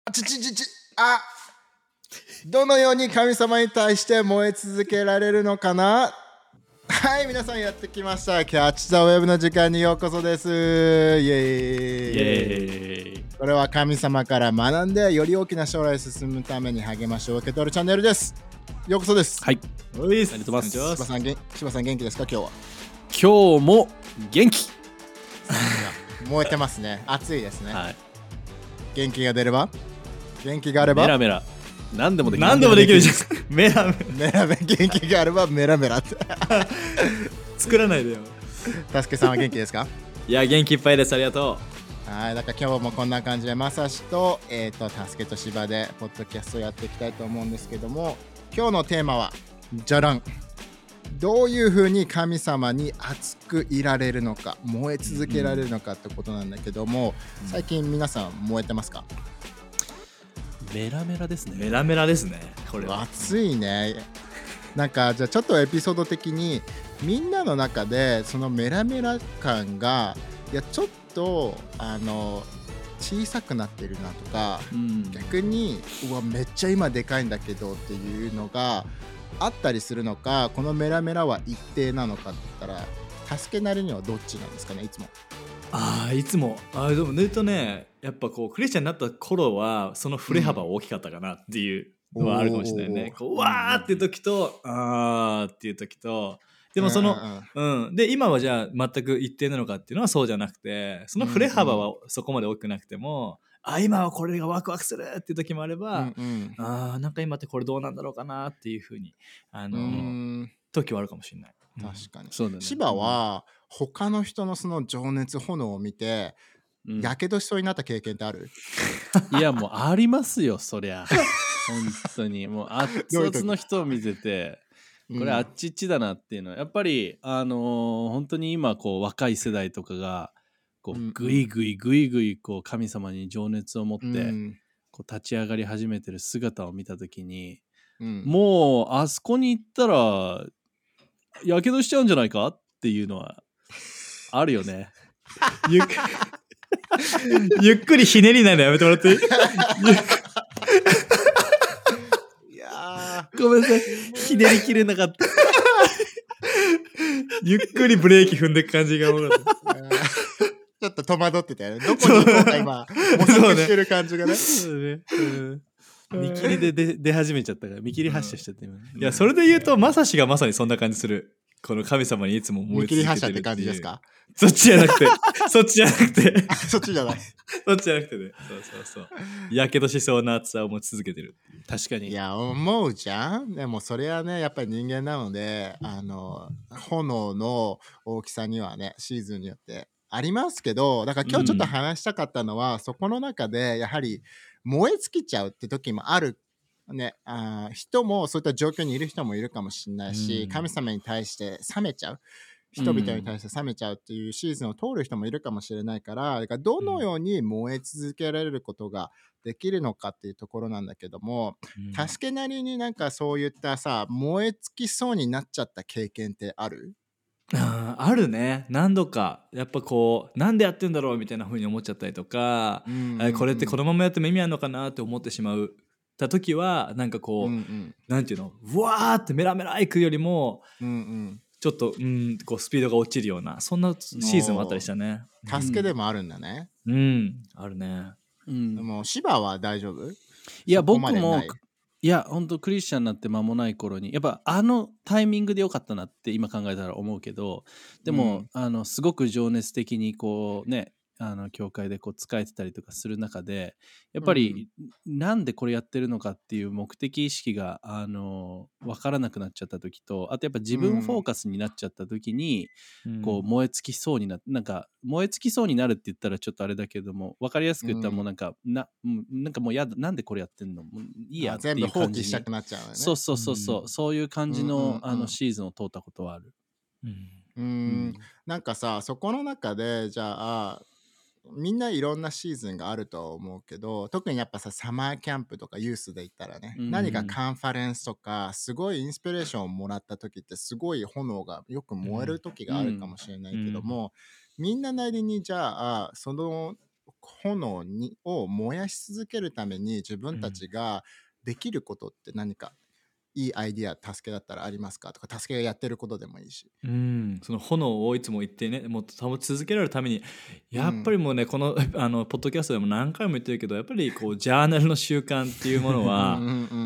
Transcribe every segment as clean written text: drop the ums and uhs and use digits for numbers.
あちちちちあどのように神様に対して燃え続けられるのかな。はい、皆さんやってきました。キャッチ・ザ・ウェブの時間にようこそです。イエーイ。これは神様から学んでより大きな将来へ進むために励ましを受け取るチャンネルです。ようこそです。 はい、 おいっす。 ありがとうございます。 柴さん元気ですか？今日は。 今日も元気。 燃えてますね。暑いですね。 はい。 元気が出れば、元気があればメラメラ。何でもできる。 何でもできるじゃん。メラメメラメラ、元気があればメラメラって。 ラ作らないでよ。 たすけさんは元気ですか？ いや、元気いっぱいです。ありがとはい、だから今日もこんな感じでまさしとたすけとしばでポッドキャストをやっていきたいと思うんですけども、今日のテーマはじゃらん、どういうふうに神様に熱くいられるのか、燃え続けられるのかってことなんだけども、最近皆さん燃えてますか？ メラメラですう。 ね。 メラメラですね。これは。 暑いね。なんかじゃあちょっとエピソード的にみんなの中でそのメラメラ感がちょっと小さくなってるなとか、逆にうわめっちゃ今でかいんだけどっていうのがあったりするのか、このメラメラは一定なのかって言ったら、助けなりにはどっちなんですかね、いつも。 いつも。でも言うとね、やっぱこう、クリスチャンになった頃は、その振れ幅は大きかったかなっていうのはあるかもしれないね。こう、わーっていう時と、あーっていう時と、でもその、で、今はじゃあ全く一定なのかっていうのはそうじゃなくて、その振れ幅はそこまで大きくなくても、今はこれがワクワクするっていう時もあれば、なんか今ってこれどうなんだろうかなっていうふうに、時はあるかもしれない。 確かに。 そうだね。 芝は他の人のその情熱炎を見てやけどしそうになった経験ってある？ いやもうありますよ、そりゃ。本当にもう熱々の人を見てて、これあっちっちだなっていうのはやっぱり本当に今こう若い世代とかがこうグイグイグイグイこう神様に情熱を持ってこう立ち上がり始めてる姿を見たときに、もうあそこに行ったらやけどしちゃうんじゃないかっていうのはあるよね。 ゆっくりひねりないのやめてもらっていい？ いやごめんなさい。ひねりきれなかった。ゆっくりブレーキ踏んでいく感じが多かった。 ちょっと戸惑ってたよね。どこに行こうか今模索してる感じがね。 見切りで出始めちゃったから、見切り発車しちゃって今。 いや、それで言うとまさしがまさにそんな感じする。この神様にいつも燃え続けてる見切り発車って感じですか？ そっちじゃなくてそっちじゃなくてそっちじゃない。 そっちじゃなくてね。そう。やけどしそうな熱さを持ち続けてる。 確かに。 いや思うじゃん。でもそれはねやっぱり人間なので、炎の大きさにはねシーズンによってありますけど、だから今日ちょっと話したかったのは、そこの中でやはり燃え尽きちゃうって時もあるね。人もそういった状況にいる人もいるかもしれないし、神様に対して冷めちゃう人々に対して冷めちゃうっていうシーズンを通る人もいるかもしれないから、だからどのように燃え続けられることができるのかっていうところなんだけども、助けなりになんかそういったさ燃え尽きそうになっちゃった経験ってある？ あるね。何度かやっぱこうなんでやってんだろうみたいな風に思っちゃったりとか、これってこのままやっても意味あるのかなって思ってしまうた時は、なんかこう、なんていうの、うわーってメラメラいくよりも、ちょっとこうスピードが落ちるようなそんなシーズンもあったりしたね。 助けでもあるんだね。 あるね。 でも芝は大丈夫？ いや僕もいや本当クリスチャンになって間もない頃にやっぱタイミングでよかったなって今考えたら思うけど、でも、すごく情熱的にこうね教会でこう仕えてたりとかする中でやっぱり、なんでこれやってるのかっていう目的意識が分からなくなっちゃった時と、あとやっぱ自分フォーカスになっちゃった時に、こう燃え尽きそうになんか燃え尽きそうになるって言ったらちょっとあれだけども、分かりやすく言ったらもうなんかもうやだ、なんでこれやってんのもういいやっていう感じに全部放棄したくなっちゃうよね。 そういう感じのシーズンを通ったことはある。 なんかさそこの中でじゃあみんないろんなシーズンがあるとは思うけど、特にやっぱさサマーキャンプとかユースで言ったらね、何かカンファレンスとかすごいインスピレーションをもらった時ってすごい炎がよく燃える時があるかもしれないけども、みんななりにじゃあその炎を燃やし続けるために自分たちができることって何かいいアイディア、助けだったらありますかとか、助けがやってることでもいいし。 その炎をいつも言ってね、もっと保ち続けられるために、やっぱりもうね、このポッドキャストでも何回も言ってるけど、やっぱりこうジャーナルの習慣っていうものは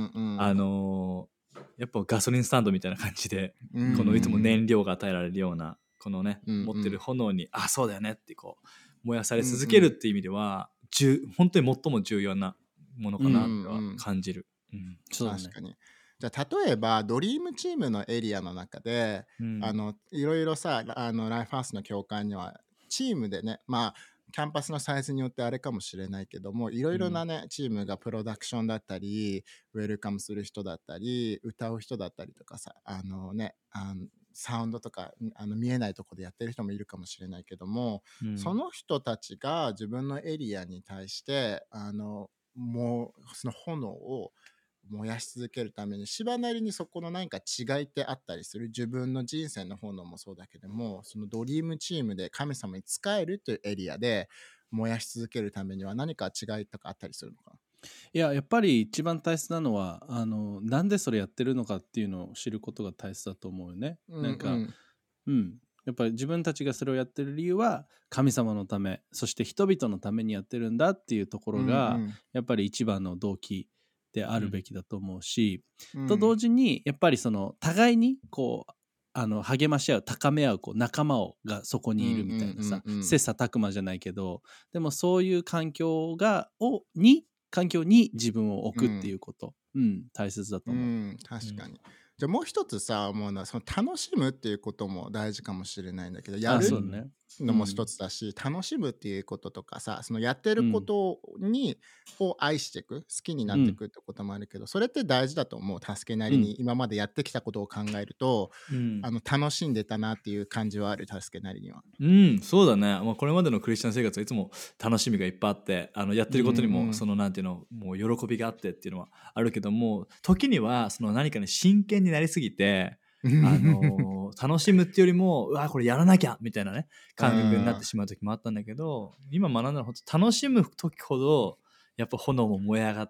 やっぱガソリンスタンドみたいな感じで、このいつも燃料が与えられるようなこのね、持ってる炎にそうだよねってこう燃やされ続けるっていう意味では、本当に最も重要なものかなとは感じる。 確かに。じゃあ例えばドリームチームのエリアの中で、いろいろさライフハウスの教会にはチームでね、キャンパスのサイズによってあれかもしれないけども、いろいろなね、チームがプロダクションだったりウェルカムする人だったり歌う人だったりとかさ、サウンドとか見えないところでやってる人もいるかもしれないけども、その人たちが自分のエリアに対してもうその炎を燃やし続けるために芝なりにそこの何か違いってあったりする。自分の人生の炎もそうだけども、そのドリームチームで神様に仕えるというエリアで燃やし続けるためには何か違いとかあったりするのかな。 いや、やっぱり一番大切なのはなんでそれやってるのかっていうのを知ることが大切だと思うよね。なんかやっぱり自分たちがそれをやってる理由は神様のため、そして人々のためにやってるんだっていうところがやっぱり一番の動機であるべきだと思うし、と同時にやっぱりその互いにこう励まし合う、高め合う仲間がそこにいるみたいなさ、切磋琢磨じゃないけど、でもそういう環境に自分を置くっていうこと、大切だと思う。 確かに。じゃあもう一つさ思うのは、その楽しむっていうことも大事かもしれないんだけど、やるのも一つだし、楽しむっていうこととかさ、そのやってることを愛していく、好きになっていくってこともあるけど、それって大事だと思う。助けなりに今までやってきたことを考えると、楽しんでたなっていう感じはある。助けなりには。 そうだね。これまでのクリスチャン生活はいつも楽しみがいっぱいあって、やってることにもそのなんていうの、もう喜びがあってっていうのはあるけども、時にはその何かに真剣になりすぎて楽しむっていうよりもこれやらなきゃみたいなね感覚になってしまう時もあったんだけど、今学んだのは本当楽しむ時ほどやっぱ炎も燃え上がって、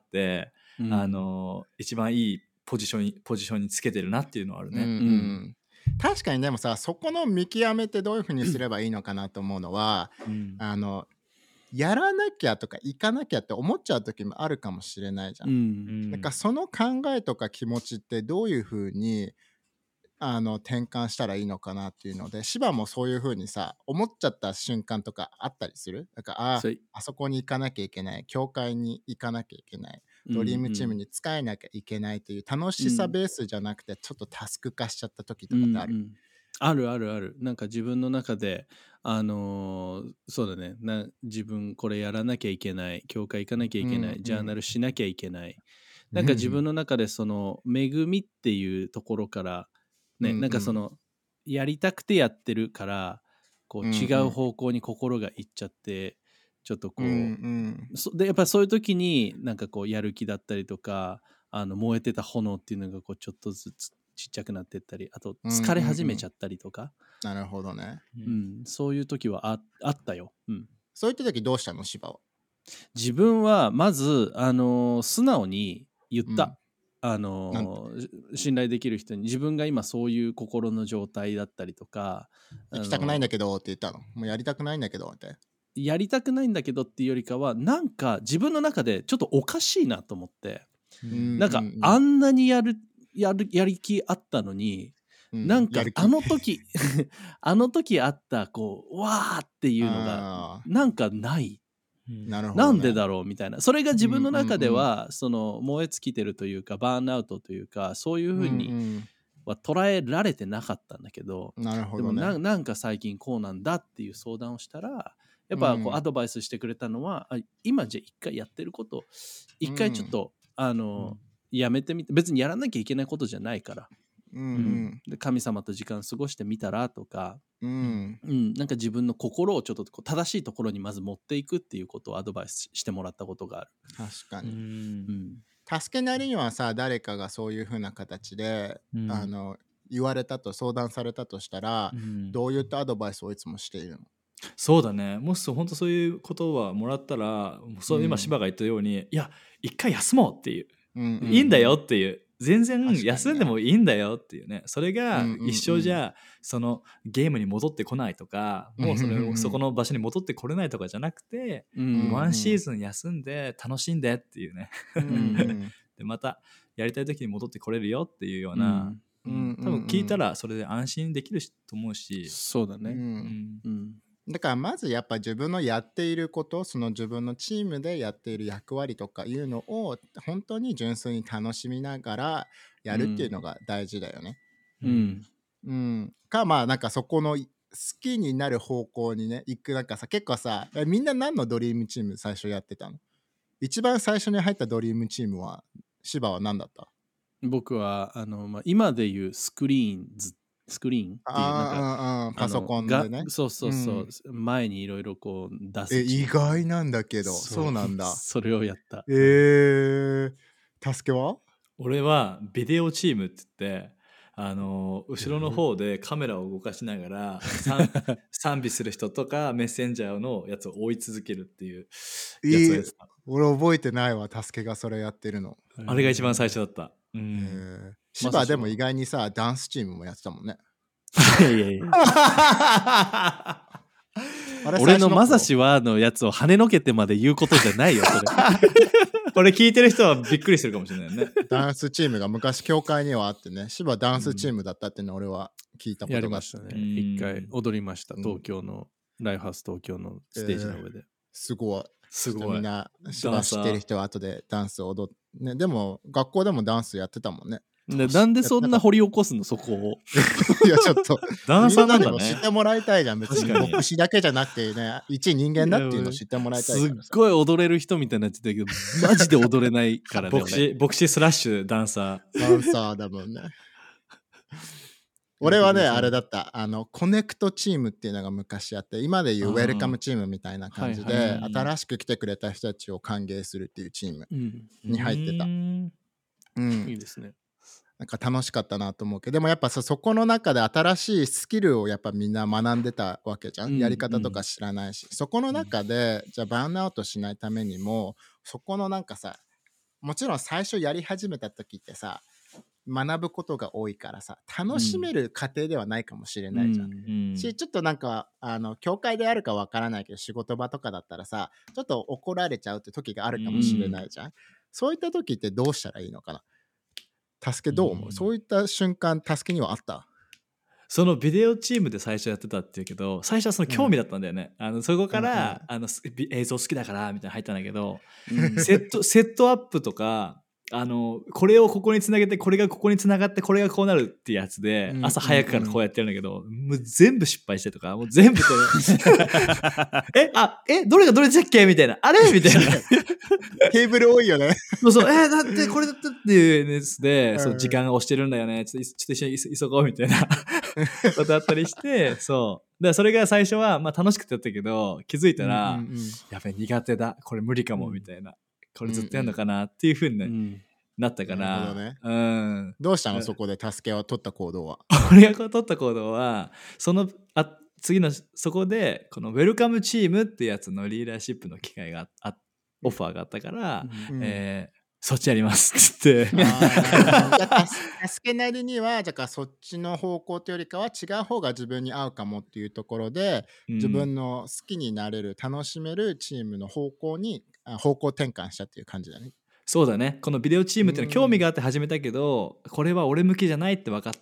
一番いいポジションにつけてるなっていうのはあるね。 確かに。でもさ、そこの見極めってどういうふうにすればいいのかなと思うのは、やらなきゃとか行かなきゃって思っちゃう時もあるかもしれないじゃん。だからその考えとか気持ちってどういうふうに転換したらいいのかなっていうので、芝もそういう風にさ思っちゃった瞬間とかあったりする？だからあそこに行かなきゃいけない、教会に行かなきゃいけない、ドリームチームに使えなきゃいけないという楽しさベースじゃなくてちょっとタスク化しちゃった時とかってある？ ある。なんか自分の中でそうだね、自分これやらなきゃいけない、教会行かなきゃいけない、ジャーナルしなきゃいけない、なんか自分の中でその恵みっていうところからね、なんかそのやりたくてやってるからこう違う方向に心がいっちゃって、ちょっとこう、でやっぱりそういう時になんかこうやる気だったりとか燃えてた炎っていうのがこうちょっとずつちっちゃくなってったり、あと疲れ始めちゃったりとか、 なるほどね。 そういう時は あったよ。 そういった時どうしたの、芝は？ 自分はまず素直に言った。信頼できる人に自分が今そういう心の状態だったりとか、 行きたくないんだけどって言ったの？もうやりたくないんだけどって。 やりたくないんだけどっていうよりかは、なんか自分の中でちょっとおかしいなと思って、なんかあんなにやり気あったのに、なんかあの時あったこうわーっていうのがなんかない。なんでだろうみたいな。それが自分の中ではその燃え尽きてるというかバーンアウトというか、そういうふうには捉えられてなかったんだけど、でもなんか最近こうなんだっていう相談をしたら、やっぱこうアドバイスしてくれたのは、今じゃ一回やってること一回ちょっとやめてみて、別にやらなきゃいけないことじゃないから、で神様と時間過ごしてみたらとか、なんか自分の心をちょっとこう正しいところにまず持っていくっていうことをアドバイスしてもらったことがある。 確かに。助けなりにはさ、誰かがそういう風な形で、言われたと相談されたとしたら、どういったアドバイスをいつもしているの？ そうだね。もし本当そういう言葉もらったら、そう今柴が言ったように、いや一回休もうっていう、いいんだよっていう、全然休んでもいいんだよっていうね。それが一生じゃそのゲームに戻ってこないとか、もうそこの場所に戻ってこれないとかじゃなくて、ワンシーズン休んで楽しんでっていうね。でまたやりたい時に戻ってこれるよっていうような、多分聞いたらそれで安心できると思うし。 そうだね。 だからまずやっぱ自分のやっていること、その自分のチームでやっている役割とかいうのを本当に純粋に楽しみながらやるっていうのが大事だよね。まあなんかそこの好きになる方向にね行く。なんかさ、結構さ、みんな何のドリームチーム最初やってたの？一番最初に入ったドリームチームは柴は何だった？ 僕は今でいうスクリーンっていうなんかパソコンでね。 そう、前にいろいろこう出す。 意外なんだけど。そうなんだ。 それをやった。 助けは？ 俺はビデオチームって言って、後ろの方でカメラを動かしながら賛美する人とかメッセンジャーのやつを追い続けるっていうやつをやってた。 俺覚えてないわ、助けがそれやってるの。 あれが一番最初だった。 柴でも意外にさ、ダンスチームもやってたもんね。 いや俺のまさしはのやつを跳ねのけてまで言うことじゃないよ、それ。 これ聞いてる人はびっくりするかもしれないね。 ダンスチームが昔教会にはあってね、柴ダンスチームだったっていうの俺は聞いたことがあやりましたね。一回踊りました。東京の、ライフハウス東京のステージの上で。 すごい。みんなダン知ってる人は後でダンスを踊って、ね、でも学校でもダンスやってたもんね。 なんでそんな掘り起こすの、そこを。 いやちょっとダンサーなんだね。 みんなでも知ってもらいたいじゃん。別に牧師だけじゃなくてね、一人間だっていうのを知ってもらいたいからさ。 すっごい踊れる人みたいになってたけど、マジで踊れないからね。 牧師スラッシュダンサーだもんね。俺はね、あれだった。コネクトチームっていうのが昔あって、今でいうウェルカムチームみたいな感じで、新しく来てくれた人たちを歓迎するっていうチームに入ってた。 いいですね。 なんか楽しかったなと思うけど、でもやっぱそこの中で新しいスキルをやっぱみんな学んでたわけじゃん。やり方とか知らないし、そこの中でじゃあバーンアウトしないためにも、そこのなんかさ、もちろん最初やり始めた時ってさ、学ぶことが多いからさ、楽しめる過程ではないかもしれないじゃん。ちょっとなんか教会であるかわからないけど、仕事場とかだったらさ、ちょっと怒られちゃうって時があるかもしれないじゃん。そういった時ってどうしたらいいのかな。助けどう思う？そういった瞬間、助けにはあった？ そのビデオチームで最初やってたっていうけど、最初はその興味だったんだよね。そこから、映像好きだからみたいな入ったんだけど、セットアップとか、これをここにつなげて、これがここにつながって、これがこうなるってやつで、朝早くからこうやってるんだけど、もう全部失敗してとか、もう全部どれがどれでしたっけみたいな。あれみたいな。 ケーブル多いよね。 そう、だってこれだったっていうやつで、そう時間が押してるんだよね。ちょっと一緒に急ごうみたいなことあったりして、そう。だからそれが最初は、まあ楽しくてやったけど、気づいたら、やべ、苦手だ。これ無理かも、みたいな。これずっとやるのかなっていう風に、ねなったから、 どうしたの？そこで助けを取った行動は。 俺が取った行動は、次のそこでこのウェルカムチームってやつのリーダーシップの機会がオファーがあったから、そっちやりますって言って助けなりには、だからそっちの方向というよりかは違う方が自分に合うかもっていうところで、自分の好きになれる、楽しめるチームの方向転換したっていう感じだね。 そうだね。このビデオチームっていうのは興味があって始めたけど、これは俺向きじゃないって分かって、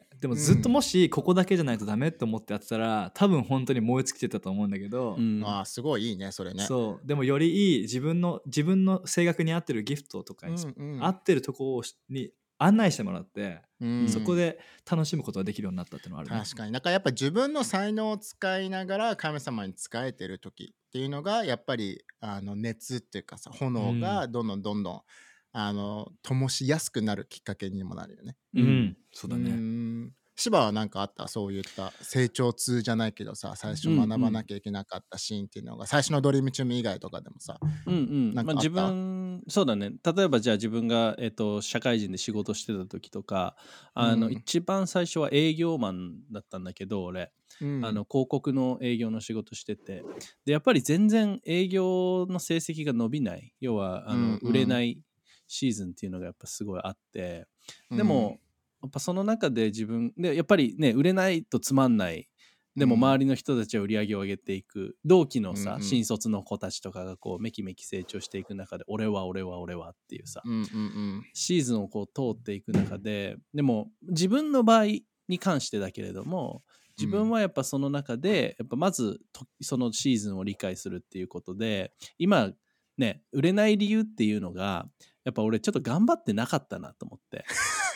でもずっともしここだけじゃないとダメって思ってやってたら、多分本当に燃え尽きてたと思うんだけど、 すごいいいねそれね。 そうでもよりいい自分の性格に合ってるギフトとかに、合ってるとこに案内してもらって、そこで楽しむことができるようになったっていうのはあるね。 確かに。だからやっぱ自分の才能を使いながら神様に仕えてる時っていうのがやっぱり熱っていうかさ、炎がどんどん灯しやすくなるきっかけにもなるよね。 そうだね。 芝はなんかあった、そういった成長痛じゃないけどさ、最初学ばなきゃいけなかったシーンっていうのが、最初のドリームチーム以外とかでもさ、なんかあった？ 自分そうだね、例えばじゃあ自分が、社会人で仕事してた時とか、一番最初は営業マンだったんだけど俺、広告の営業の仕事してて、でやっぱり全然営業の成績が伸びない、要は売れないシーズンっていうのがやっぱすごいあって、でもやっぱその中で自分でやっぱりね売れないとつまんない、でも周りの人たちは売り上げを上げていく、同期のさ、新卒の子たちとかがこうメキメキ成長していく中で俺はっていうさ、シーズンをこう通っていく中で、でも自分の場合に関してだけれども、自分はやっぱその中でやっぱまずそのシーズンを理解するっていうことで、今ね売れない理由っていうのがやっぱ俺ちょっと頑張ってなかったなと思って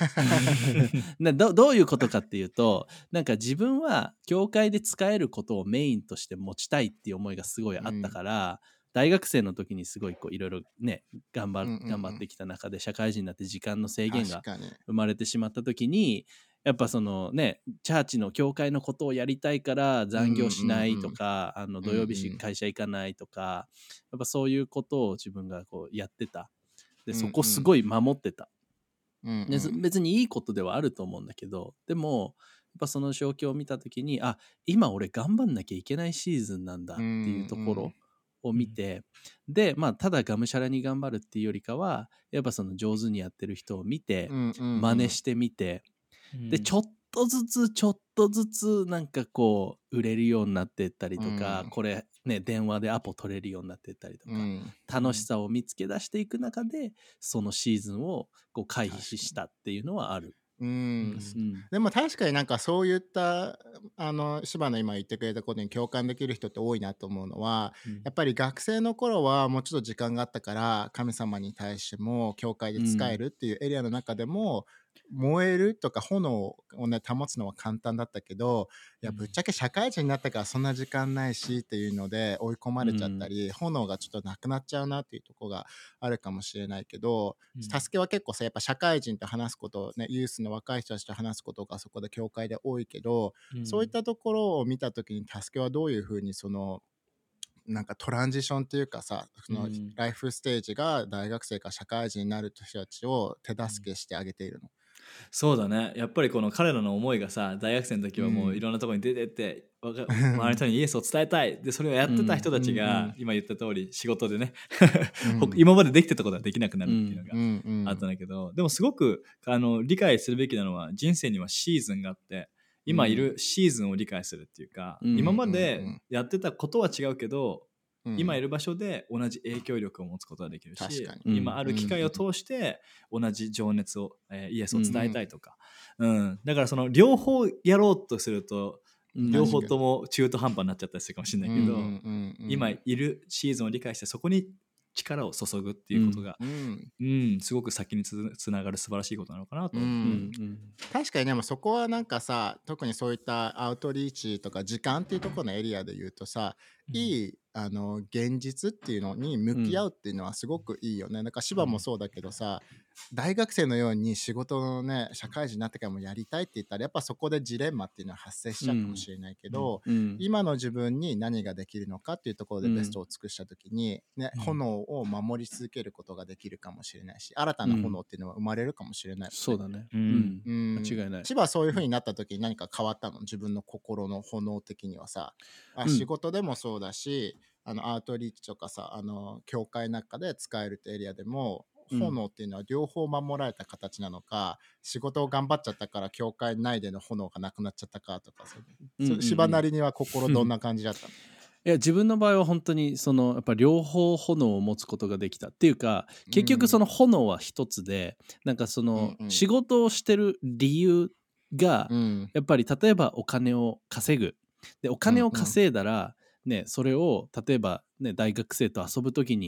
どういうことかっていうと、なんか自分は業界で使えることをメインとして持ちたいっていう思いがすごいあったから、大学生の時にすごいいろいろね頑張ってきた中で、社会人になって時間の制限が生まれてしまった時に、やっぱそのねチャーチの教会のことをやりたいから残業しないとか、土曜日会社行かないとか、やっぱそういうことを自分がこうやってた。でそこすごい守ってた。別にいいことではあると思うんだけど、でもやっぱその状況を見た時に、今俺頑張んなきゃいけないシーズンなんだっていうところを見て、でただがむしゃらに頑張るっていうよりかは、やっぱその上手にやってる人を見て、真似してみて、でちょっとずつなんかこう売れるようになっていったりとか、これね電話でアポ取れるようになっていったりとか、楽しさを見つけ出していく中でそのシーズンをこう回避したっていうのはある。 でも確かになんかそういった柴野今言ってくれたことに共感できる人って多いなと思うのは、やっぱり学生の頃はもうちょっと時間があったから神様に対しても教会で使えるっていうエリアの中でも、燃えるとか炎をね保つのは簡単だったけど、いやぶっちゃけ社会人になったからそんな時間ないしっていうので追い込まれちゃったり、炎がちょっとなくなっちゃうなっていうところがあるかもしれないけど、助けは結構さやっぱ社会人と話すことね、ユースの若い人たちと話すことがそこで教会で多いけど、そういったところを見た時に助けはどういうふうにそのなんかトランジションっていうかさ、そのライフステージが大学生から社会人になる人たちを手助けしてあげているの？ そうだね、やっぱりこの彼らの思いがさ、大学生の時はもういろんなところに出てって周りの人にイエスを伝えたい、でそれをやってた人たちが今言った通り仕事でね今までできてたことはできなくなるっていうのがあったんだけど、でもすごく理解するべきなのは、人生にはシーズンがあって、今いるシーズンを理解するっていうか、今までやってたことは違うけど、今いる場所で同じ影響力を持つことができるし、今ある機会を通して同じ情熱を、イエスを伝えたいとか、だからその両方やろうとすると両方とも中途半端になっちゃったりするかもしれないけど、今いるシーズンを理解してそこに力を注ぐっていうことが、すごく先につながる素晴らしいことなのかなと思う。 確かにでもそこはなんかさ、特にそういったアウトリーチとか時間っていうところのエリアで言うとさ、いい現実っていうのに向き合うっていうのはすごくいいよね。なんか芝もそうだけどさ、大学生のように仕事のね社会人になってからもやりたいって言ったらやっぱそこでジレンマっていうのは発生しちゃうかもしれないけど、今の自分に何ができるのかっていうところでベストを尽くした時に、ね炎を守り続けることができるかもしれないし、新たな炎っていうのは生まれるかもしれない、 そうだね。間違いない。 千葉はそういう風になった時に何か変わったの？自分の心の炎的にはさ、仕事でもそうだし、アウトリーチとかさ、教会の中で使えるってエリアでも炎っていうのは両方守られた形なのか、仕事を頑張っちゃったから教会内での炎がなくなっちゃったかとか、芝なりには心どんな感じだったの？ いや自分の場合は本当にそのやっぱ両方炎を持つことができたっていうか、結局その炎は一つで、なんかその仕事をしてる理由がやっぱり例えばお金を稼ぐで、お金を稼いだらね、それを例えばね大学生と遊ぶ時に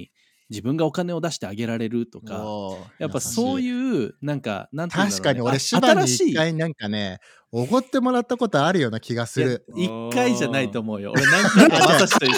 自分がお金を出してあげられるとか、やっぱそうういうなんかなんていうんだろうね、 確かに俺芝に一回なんかねおごってもらったことあるような気がする。 一回じゃないと思うよ。俺何回かまさしと一緒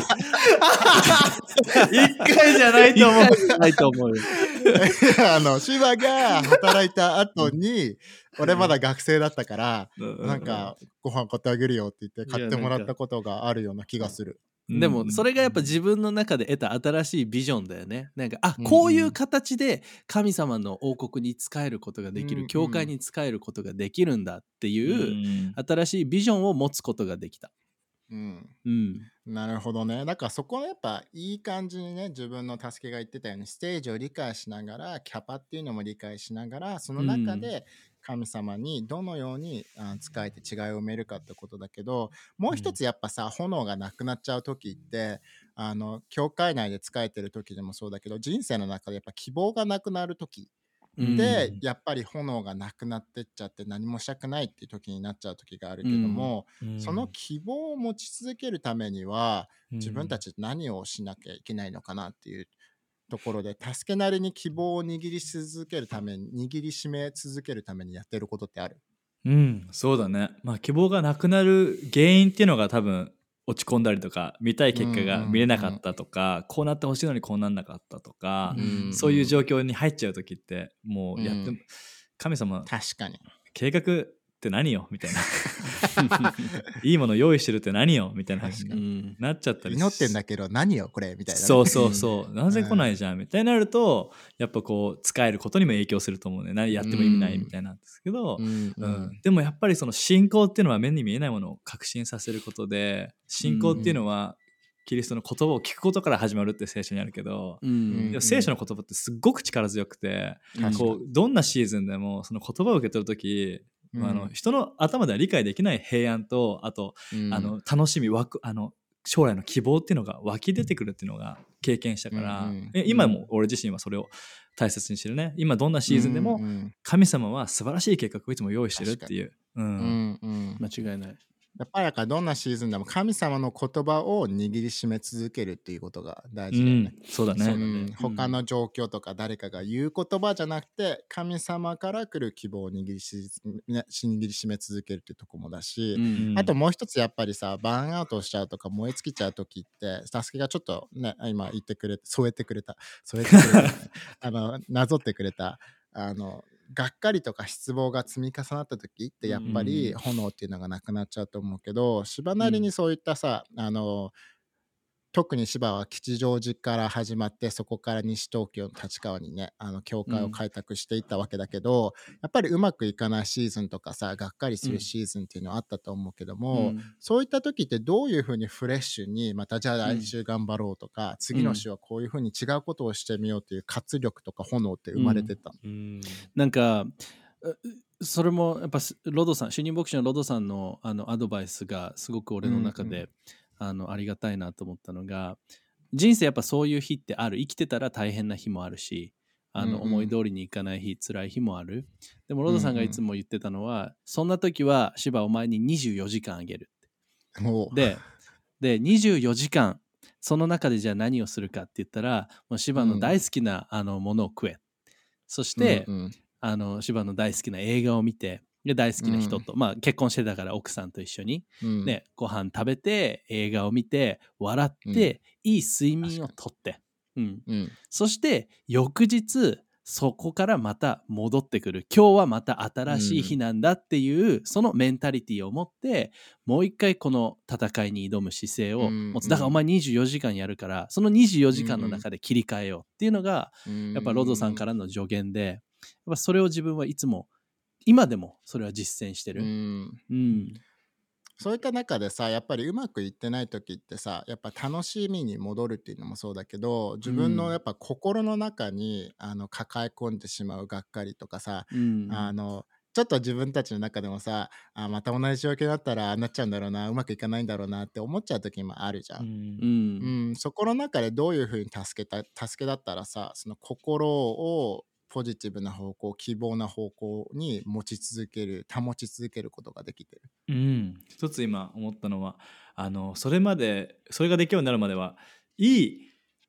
に一回じゃないと思う。 一回じゃないと思うよ。 芝が働いた後に俺まだ学生だったからなんかご飯買ってあげるよって言って買ってもらったことがあるような気がする。 でもそれがやっぱ自分の中で得た新しいビジョンだよね。なんかこういう形で神様の王国に仕えることができる、教会に仕えることができるんだっていう新しいビジョンを持つことができた。 なるほどね。だからそこはやっぱいい感じにね自分の助けが言ってたようにステージを理解しながらキャパっていうのも理解しながらその中で神様にどのように仕えて違いを埋めるかってことだけど、もう一つやっぱさ炎がなくなっちゃう時って教会内で仕えてる時でもそうだけど人生の中でやっぱ希望がなくなる時で、やっぱり炎がなくなってっちゃって何もしたくないっていう時になっちゃう時があるけども、その希望を持ち続けるためには自分たち何をしなきゃいけないのかなっていうところで、助けなりに希望を握り続けるために握りしめ続けるためにやってることってある？ そうだね。まあ希望がなくなる原因っていうのが多分落ち込んだりとか見たい結果が見れなかったとか、こうなってほしいのにこうなんなかったとか、そういう状況に入っちゃう時ってもうやって、神様確かに計画って何よみたいないいもの用意してるって何よみたいな話になっちゃったり祈ってんだけど何よこれみたいな、ね、 そうなぜ来ないじゃんみたいになるとやっぱこう使えることにも影響すると思うね。何やっても意味ないみたいなんですけど、でもやっぱりその信仰っていうのは目に見えないものを確信させることで、信仰っていうのはキリストの言葉を聞くことから始まるって聖書にあるけど、聖書の言葉ってすっごく力強くて、こうどんなシーズンでもその言葉を受け取るとき、人の頭では理解できない平安とあと、楽しみ将来の希望っていうのが湧き出てくるっていうのが経験したから、今も俺自身はそれを大切にしてるね。今どんなシーズンでも神様は素晴らしい計画をいつも用意してるっていう、 間違いない。 やっぱりどんなシーズンでも神様の言葉を握りしめ続けるっていうことが大事だよね。 そうだね。 他の状況とか誰かが言う言葉じゃなくて神様から来る希望を握りしめ続けるっていうとこもだし、あともう一つやっぱりさバーンアウトしちゃうとか燃え尽きちゃう時って助けがちょっとね今言ってくれて添えてくれたなぞってくれたがっかりとか失望が積み重なった時ってやっぱり炎っていうのがなくなっちゃうと思うけど、芝なりにそういったさ特に芝は吉祥寺から始まってそこから西東京の立川にね教会を開拓していったわけだけど、やっぱりうまくいかないシーズンとかさがっかりするシーズンっていうのはあったと思うけども、そういった時ってどういうふうにフレッシュにまたじゃあ来週頑張ろうとか、次の週はこういうふうに違うことをしてみようっていう活力とか炎って生まれてた、 なんかそれもやっぱロドさん主任牧師のロドさんのアドバイスがすごく俺の中で、ありがたいなと思ったのが、人生やっぱそういう日ってある。生きてたら大変な日もあるし、思い通りにいかない日、辛い日もある。でもロドさんがいつも言ってたのは、そんな時は芝お前に24時間あげるって。で24時間その中でじゃあ何をするかって言ったら、もう芝の大好きなものを食え。そして、芝の大好きな映画を見て、で大好きな人と、結婚してたから奥さんと一緒に、ね、ご飯食べて映画を見て笑って、いい睡眠をとって、そして翌日そこからまた戻ってくる。今日はまた新しい日なんだっていう、そのメンタリティを持ってもう一回この戦いに挑む姿勢を持つ。だからお前24時間やるからその24時間の中で切り替えようっていうのが、やっぱロドさんからの助言で、やっぱそれを自分はいつも今でもそれは実践してる。 そういった中でさやっぱりうまくいってない時ってさやっぱ楽しみに戻るっていうのもそうだけど、自分のやっぱ心の中に抱え込んでしまうがっかりとかさ、ちょっと自分たちの中でもさまた同じ状況だったらなっちゃうんだろうな、うまくいかないんだろうなって思っちゃう時もあるじゃん。そこの中でどういうふうに助けだったらさその心をポジティブな方向希望な方向に保ち続けることができてる。 一つ今思ったのはそれができるようになるまではいい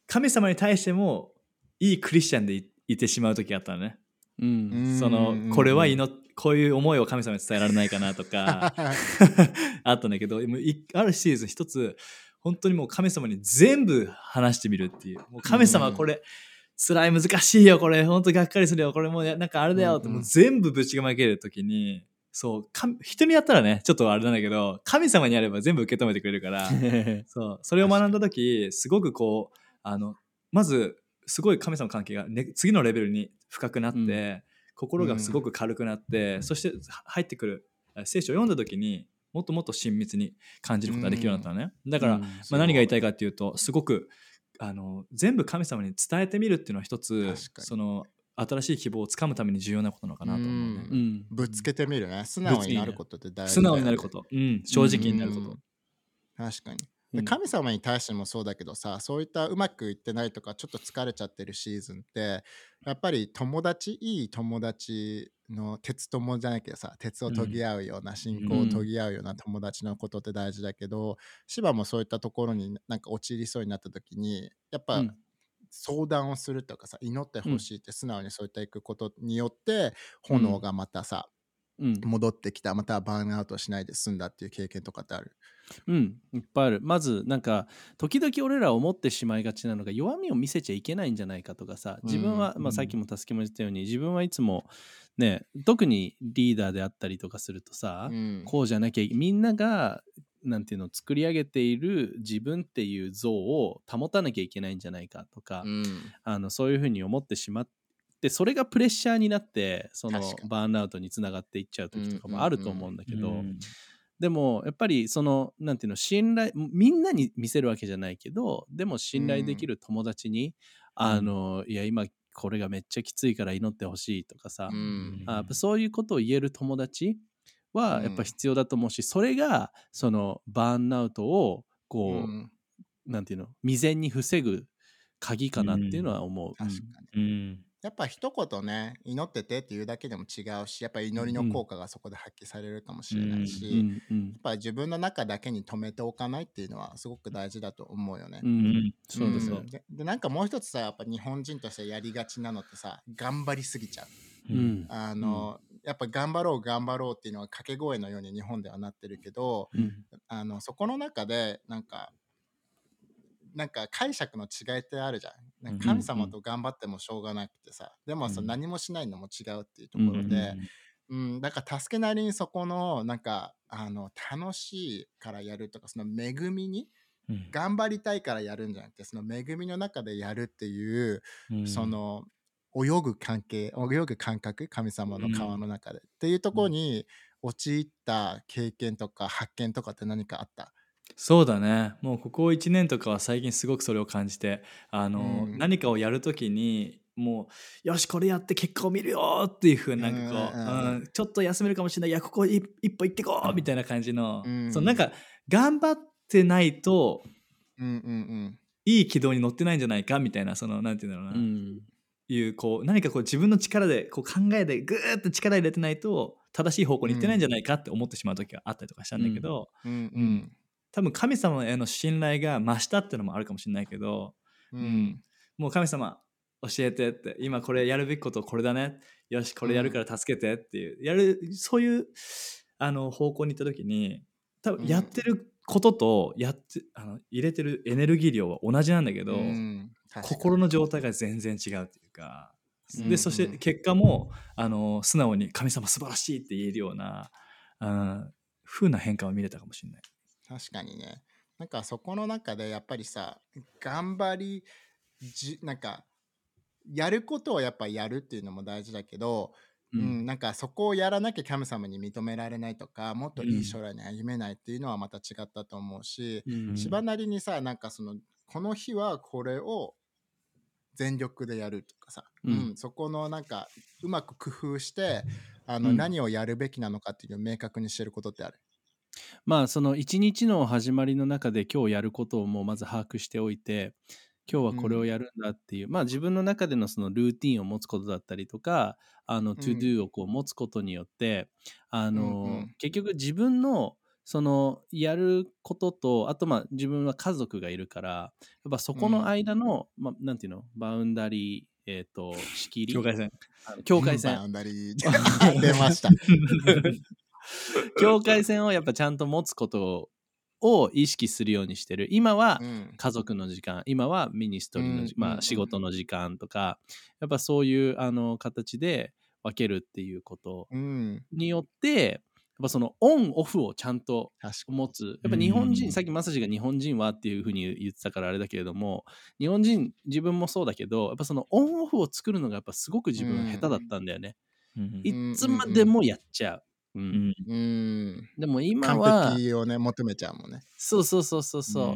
神様に対してもいいクリスチャンで いてしまう時があったのね。これはこういう思いを神様に伝えられないかなとかあったんだけど、あるシーズン一つ本当にもう神様に全部話してみるっていう。もう神様これ辛い難しいよ、これ本当がっかりするよ、これもうなんかあれだよってもう全部ぶちまける時に、そう人にやったらねちょっとあれなんだけど、神様にやれば全部受け止めてくれるからそれを学んだ時すごくこうまずすごい神様の関係が、ね、次のレベルに深くなって、心がすごく軽くなって、そして入ってくる聖書を読んだ時にもっともっと親密に感じることができるようになったのね。だから、何が言いたいかっていうと、すごく全部神様に伝えてみるっていうのは一つその新しい希望をつかむために重要なことなのかなと思うね。 ぶつけてみるね。素直になることって大事だよね。 素直になること、正直になること。 確かに。で神様に対してもそうだけどさ、そういったうまくいってないとかちょっと疲れちゃってるシーズンってやっぱりいい友達の鉄友じゃないけどさ、鉄を研ぎ合うような、信仰を研ぎ合うような友達のことって大事だけど、芝もそういったところになんか陥りそうになった時にやっぱ、相談をするとかさ、祈ってほしいって素直にそういったいくことによって炎がまたさ、戻ってきた、またバーンアウトしないで済んだっていう経験とかってある？ いっぱいある。まずなんか時々俺ら思ってしまいがちなのが、弱みを見せちゃいけないんじゃないかとかさ、自分は、さっきもたすきも言ったように、自分はいつもね、特にリーダーであったりとかするとさ、こうじゃなきゃ、みんながなんていうの作り上げている自分っていう像を保たなきゃいけないんじゃないかとか、そういうふうに思ってしまって、それがプレッシャーになってそのバーンアウトにつながっていっちゃう時とかもあると思うんだけど、でもやっぱりそのなんていうの、信頼、みんなに見せるわけじゃないけど、でも信頼できる友達に、いや今これがめっちゃきついから祈ってほしいとかさ、やっぱそういうことを言える友達はやっぱ必要だと思うし、それがそのバーンアウトをこう、なんていうの、未然に防ぐ鍵かなっていうのは思う。 確かに。やっぱ一言ね、祈っててっていうだけでも違うし、やっぱり祈りの効果がそこで発揮されるかもしれないし、やっぱ自分の中だけに留めておかないっていうのはすごく大事だと思うよね。 そうですよ。 でなんかもう一つさ、やっぱ日本人としてやりがちなのってさ、頑張りすぎちゃう。やっぱ頑張ろうっていうのは掛け声のように日本ではなってるけど、そこの中でなんか解釈の違いってあるじゃん。なんか神様と頑張ってもしょうがなくてさ、でもさ、何もしないのも違うっていうところで、だから助けなりにそこのなんか楽しいからやるとか、その恵みに頑張りたいからやるんじゃなくて、その恵みの中でやるっていう、その泳ぐ感覚、神様の川の中で、っていうところに陥った経験とか発見とかって何かあった？ そうだね。もうここ1年とかは最近すごくそれを感じて、何かをやるときにもうよしこれやって結果を見るよっていう風になんかこう、ちょっと休めるかもしれない、いやここ一歩行ってこうみたいな感じの、そのなんか頑張ってないと、いい軌道に乗ってないんじゃないかみたいな、そのなんていうんだろうな、いうこう何かこう自分の力でこう考えでグーッと力入れてないと正しい方向に行ってないんじゃないかって思ってしまう時があったりとかしたんだけど、多分神様への信頼が増したっていうのもあるかもしれないけど、もう神様教えてって、今これやるべきことこれだね、よしこれやるから助けてっていう、そういう方向に行った時に、多分やってることと入れてるエネルギー量は同じなんだけど、心の状態が全然違うっていうか、でそして結果も素直に神様素晴らしいって言えるような風な変化を見れたかもしれない。 確かにね。なんかそこの中でやっぱりさ、頑張りなんかやることをやっぱやるっていうのも大事だけど、なんかそこをやらなきゃ神様に認められないとか、もっといい将来に歩めないっていうのはまた違ったと思うし、芝なりにさ、なんかこの日はこれを全力でやるとかさ、そこのなんかうまく工夫して何をやるべきなのかっていうのを明確にしてることってある？ まあその一日の始まりの中で今日やることをもうまず把握しておいて、今日はこれをやるんだっていう、まあ自分の中でのそのルーティンを持つことだったりとか、トゥドゥをこう持つことによって、結局自分のそのやることと、あとまあ自分は家族がいるから、やっぱそこの間の、なんていうの、バウンダリー、仕切り、 境界線。 境界線。 バウンダリー出ました。 境界線をやっぱちゃんと持つことを意識するようにしてる。今は家族の時間、今はミニストリーの、仕事の時間とか、やっぱそういう形で分けるっていうことによって、やっぱそのオンオフをちゃんと持つ。やっぱ日本人、さっきまさしが日本人はっていうふうに言ってたからあれだけれども、日本人、自分もそうだけど、やっぱそのオンオフを作るのがやっぱすごく自分下手だったんだよね。いつまでもやっちゃう。でも今は完璧をね求めちゃうもんね。 そう、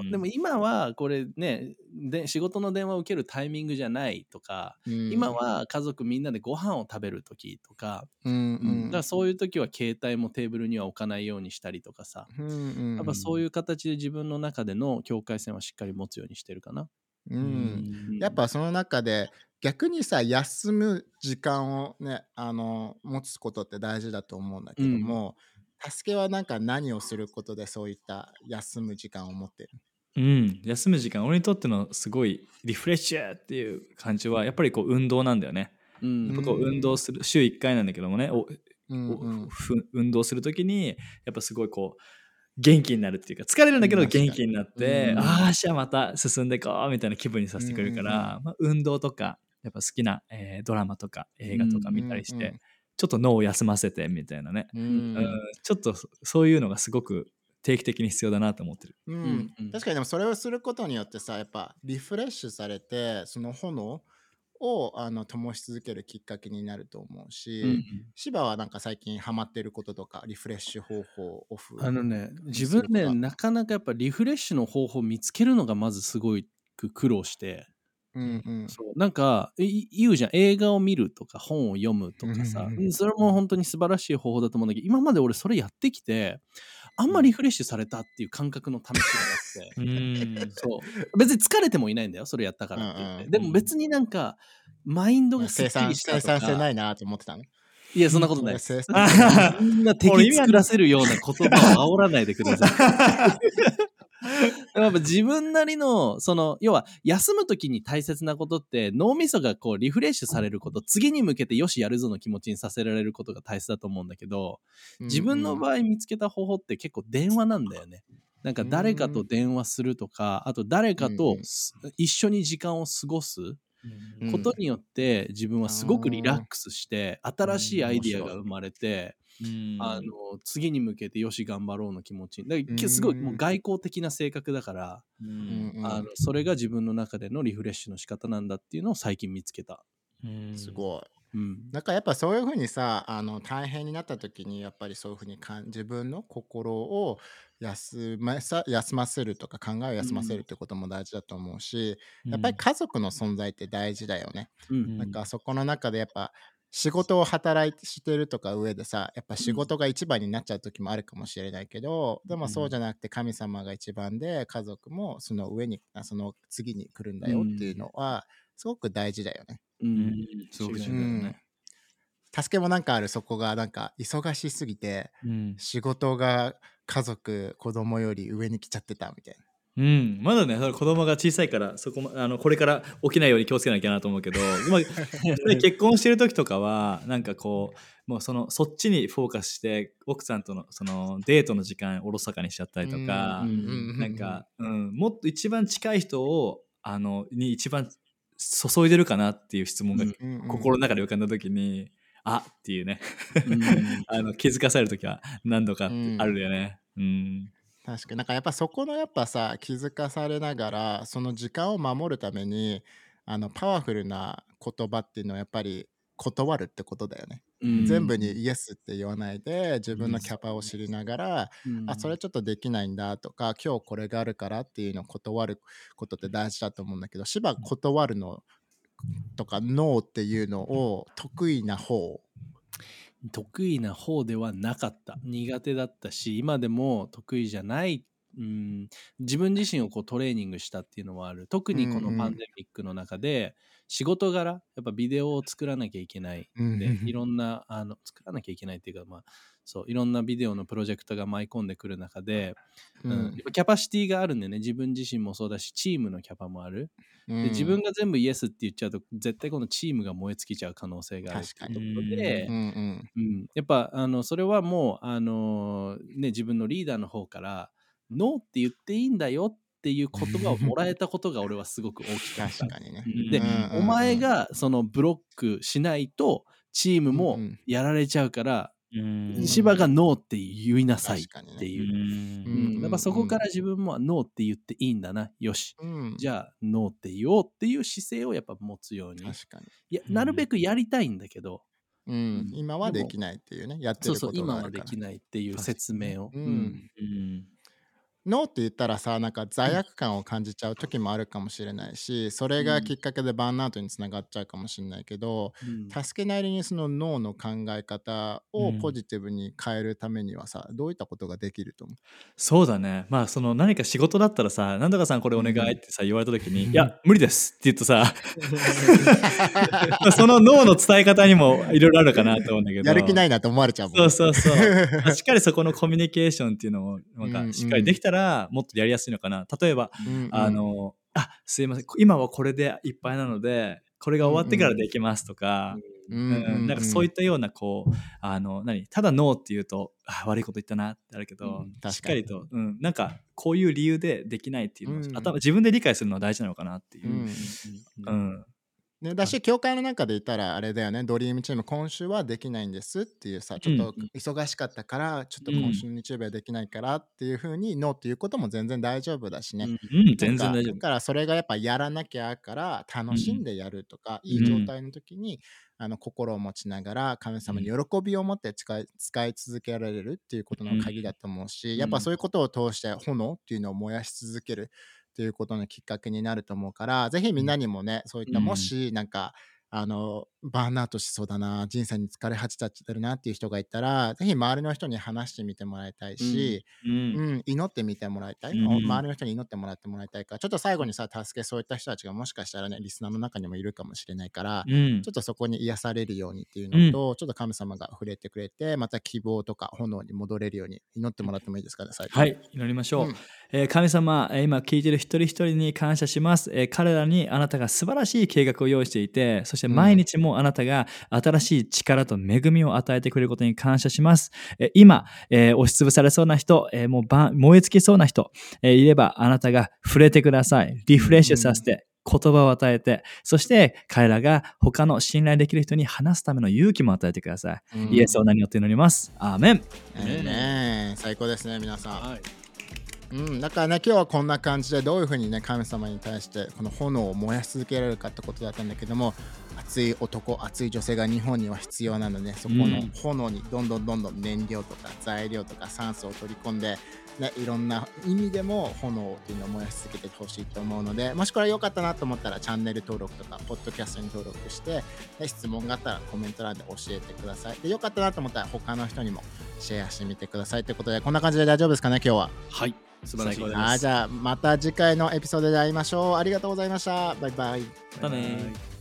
でも今はこれねで仕事の電話を受けるタイミングじゃないとか、今は家族みんなでご飯を食べる時とか、だからそういう時は携帯もテーブルには置かないようにしたりとかさ、やっぱそういう形で自分の中での境界線はしっかり持つようにしてるかな。 やっぱその中で逆にさ、休む時間をね持つことって大事だと思うんだけども、助けはなんか何をすることでそういった休む時間を持ってる？ 休む時間、俺にとってのすごいリフレッシュっていう感じはやっぱりこう運動なんだよね。やっぱこう運動する週1回なんだけどもね、運動するときにやっぱすごいこう元気になるっていうか、疲れるんだけど元気になって、じゃあまた進んでいこうみたいな気分にさせてくれるから、運動とかやっぱ好きな、ドラマとか映画とか見たりして、ちょっと脳を休ませてみたいなね、ちょっとそういうのがすごく定期的に必要だなと思ってる。 確かにでもそれをすることによってさ、やっぱリフレッシュされてその炎を灯し続けるきっかけになると思うし、芝はなんか最近ハマってることとかリフレッシュ方法オフ自分ねなかなかやっぱリフレッシュの方法を見つけるのがまずすごい苦労して、そうなんか言うじゃん、映画を見るとか本を読むとかさ、それも本当に素晴らしい方法だと思うんだけど、今まで俺それやってきてあんまリフレッシュされたっていう感覚の試しがなくてそう別に疲れてもいないんだよそれやったからって言って、でも別になんかマインドがすっきりしたとか生産性ないなと思ってたの。 いやそんなことないです。みんな敵作らせるような言葉を煽らないでください。やっぱ自分なりのその要は休む時に大切なことって脳みそがこうリフレッシュされること、次に向けてよしやるぞの気持ちにさせられることが大切だと思うんだけど、自分の場合見つけた方法って結構電話なんだよね。なんか誰かと電話するとか、あと誰かと一緒に時間を過ごすことによって自分はすごくリラックスして新しいアイディアが生まれて、次に向けてよし頑張ろうの気持ちだからすごいもう外交的な性格だから、それが自分の中でのリフレッシュの仕方なんだっていうのを最近見つけた。 すごい。なんかやっぱそういうふうにさ大変になった時にやっぱりそういうふうに自分の心を休ませるとか考えを休ませるってことも大事だと思うし、やっぱり家族の存在って大事だよね。なんかそこの中でやっぱ仕事をしてるとか上でさ、やっぱ仕事が一番になっちゃう時もあるかもしれないけど、でもそうじゃなくて神様が一番で家族もその上にその次に来るんだよっていうのはすごく大事だよね。 すごく重要だよね。 助けもなんかある、そこがなんか忙しすぎて、仕事が家族子供より上に来ちゃってたみたいな。 まだね子供が小さいからそここれから起きないように気をつけなきゃなと思うけど結婚してる時とかはなんかこうもうそっちにフォーカスして奥さんとのそのデートの時間おろそかにしちゃったりとか、なんか、もっと一番近い人をに一番注いでるかなっていう質問が心の中で浮かんだ時に、っていうね気づかされる時は何度かあるよね。 確かになんかやっぱそこのやっぱさ気づかされながらその時間を守るためにパワフルな言葉っていうのはやっぱり断るってことだよね。全部にイエスって言わないで自分のキャパを知りながら、それちょっとできないんだとか今日これがあるからっていうのを断ることって大事だと思うんだけど、芝断るのとかノーっていうのを得意な方ではなかった。苦手だったし今でも得意じゃない自分自身をこうトレーニングしたっていうのもある。特にこのパンデミックの中で仕事柄やっぱビデオを作らなきゃいけないで、いろんな作らなきゃいけないっていうか、まあそういろんなビデオのプロジェクトが舞い込んでくる中で、やっぱキャパシティがあるんでね、自分自身もそうだしチームのキャパもある。で自分が全部イエスって言っちゃうと絶対このチームが燃え尽きちゃう可能性があるっていうところで、やっぱそれはもう自分のリーダーの方からノーって言っていいんだよっていう言葉をもらえたことが俺はすごく大きかった。 確かにね。 で、お前がそのブロックしないとチームもやられちゃうから、芝がノーって言いなさいっていう。やっぱそこから自分もノーって言っていいんだな。よし。じゃあノーって言おうっていう姿勢をやっぱ持つように。 確かに。 いや、なるべくやりたいんだけど。 今はできないっていうね。やってることがあるから。 今はできないっていう説明を。 ノーって言ったらさ、なんか罪悪感を感じちゃう時もあるかもしれないし、それがきっかけでバーンアウトにつながっちゃうかもしれないけど、助けなりにそのノーの考え方をポジティブに変えるためにはさ、どういったことができると思う？ そうだね。まあその何か仕事だったらさ、なんとかさんこれお願いってさ言われた時に、いや無理ですって言うとさそのノーの伝え方にもいろいろあるかなと思うんだけど、 やる気ないなと思われちゃうもんね。 そうしっかりそこのコミュニケーションっていうのをなんかしっかりできたらもっとやりやすいのかな。例えば、すいません今はこれでいっぱいなのでこれが終わってからできますとか、なんかそういったようなこうただノーって言うと悪いこと言ったなってあるけど、しっかりと、なんかこういう理由でできないっていうのを、自分で理解するのは大事なのかなっていう。 ね、だし、教会の中で言ったらあれだよね、ドリームチーム今週はできないんですっていうさ、ちょっと忙しかったから、ちょっと今週の日曜日はできないからっていう風にノーっていうことも全然大丈夫だしね。 全然大丈夫。 だからそれがやっぱやらなきゃから楽しんでやるとか、いい状態の時に心を持ちながら神様に喜びを持って使い続けられるっていうことの鍵だと思うし、やっぱそういうことを通して炎っていうのを燃やし続けるっていうことのきっかけになると思うから、ぜひみんなにもね、そういったもしなんかバーンアウトしそうだな、人生に疲れ果ちちゃってるなっていう人がいたら、ぜひ周りの人に話してみてもらいたいし、祈ってみてもらいたい、周りの人に祈ってもらいたいから、ちょっと最後にさ、助けそういった人たちがもしかしたらね、リスナーの中にもいるかもしれないから、ちょっとそこに癒されるようにっていうのと、ちょっと神様が触れてくれて、また希望とか炎に戻れるように祈ってもらってもいいですかね、最後。 はい、祈りましょう。神様、今聞いている一人一人に感謝します。彼らにあなたが素晴らしい計画を用意していて、そして毎日もあなたが新しい力と恵みを与えてくれることに感謝します。今、押しつぶされそうな人、もう燃え尽きそうな人、いればあなたが触れてください。リフレッシュさせて、言葉を与えて、そして彼らが他の信頼できる人に話すための勇気も与えてください。イエスを名によって祈ります。アーメン。 最高ですね、皆さん。だからね、今日はこんな感じでどういうふうにね、神様に対してこの炎を燃やし続けられるかってことだったんだけども、熱い男、熱い女性が日本には必要なので、そこの炎にどんどん燃料とか材料とか酸素を取り込んで、ね、いろんな意味でも炎っていうのを燃やし続けてほしいと思うので、もしこれ良かったなと思ったらチャンネル登録とかポッドキャストに登録して、質問があったらコメント欄で教えてください。で、良かったなと思ったら他の人にもシェアしてみてくださいということで、こんな感じで大丈夫ですかね、今日は。 はい、素晴らしいです。 じゃあまた次回のエピソードで会いましょう。ありがとうございました。バイバイ。 またね。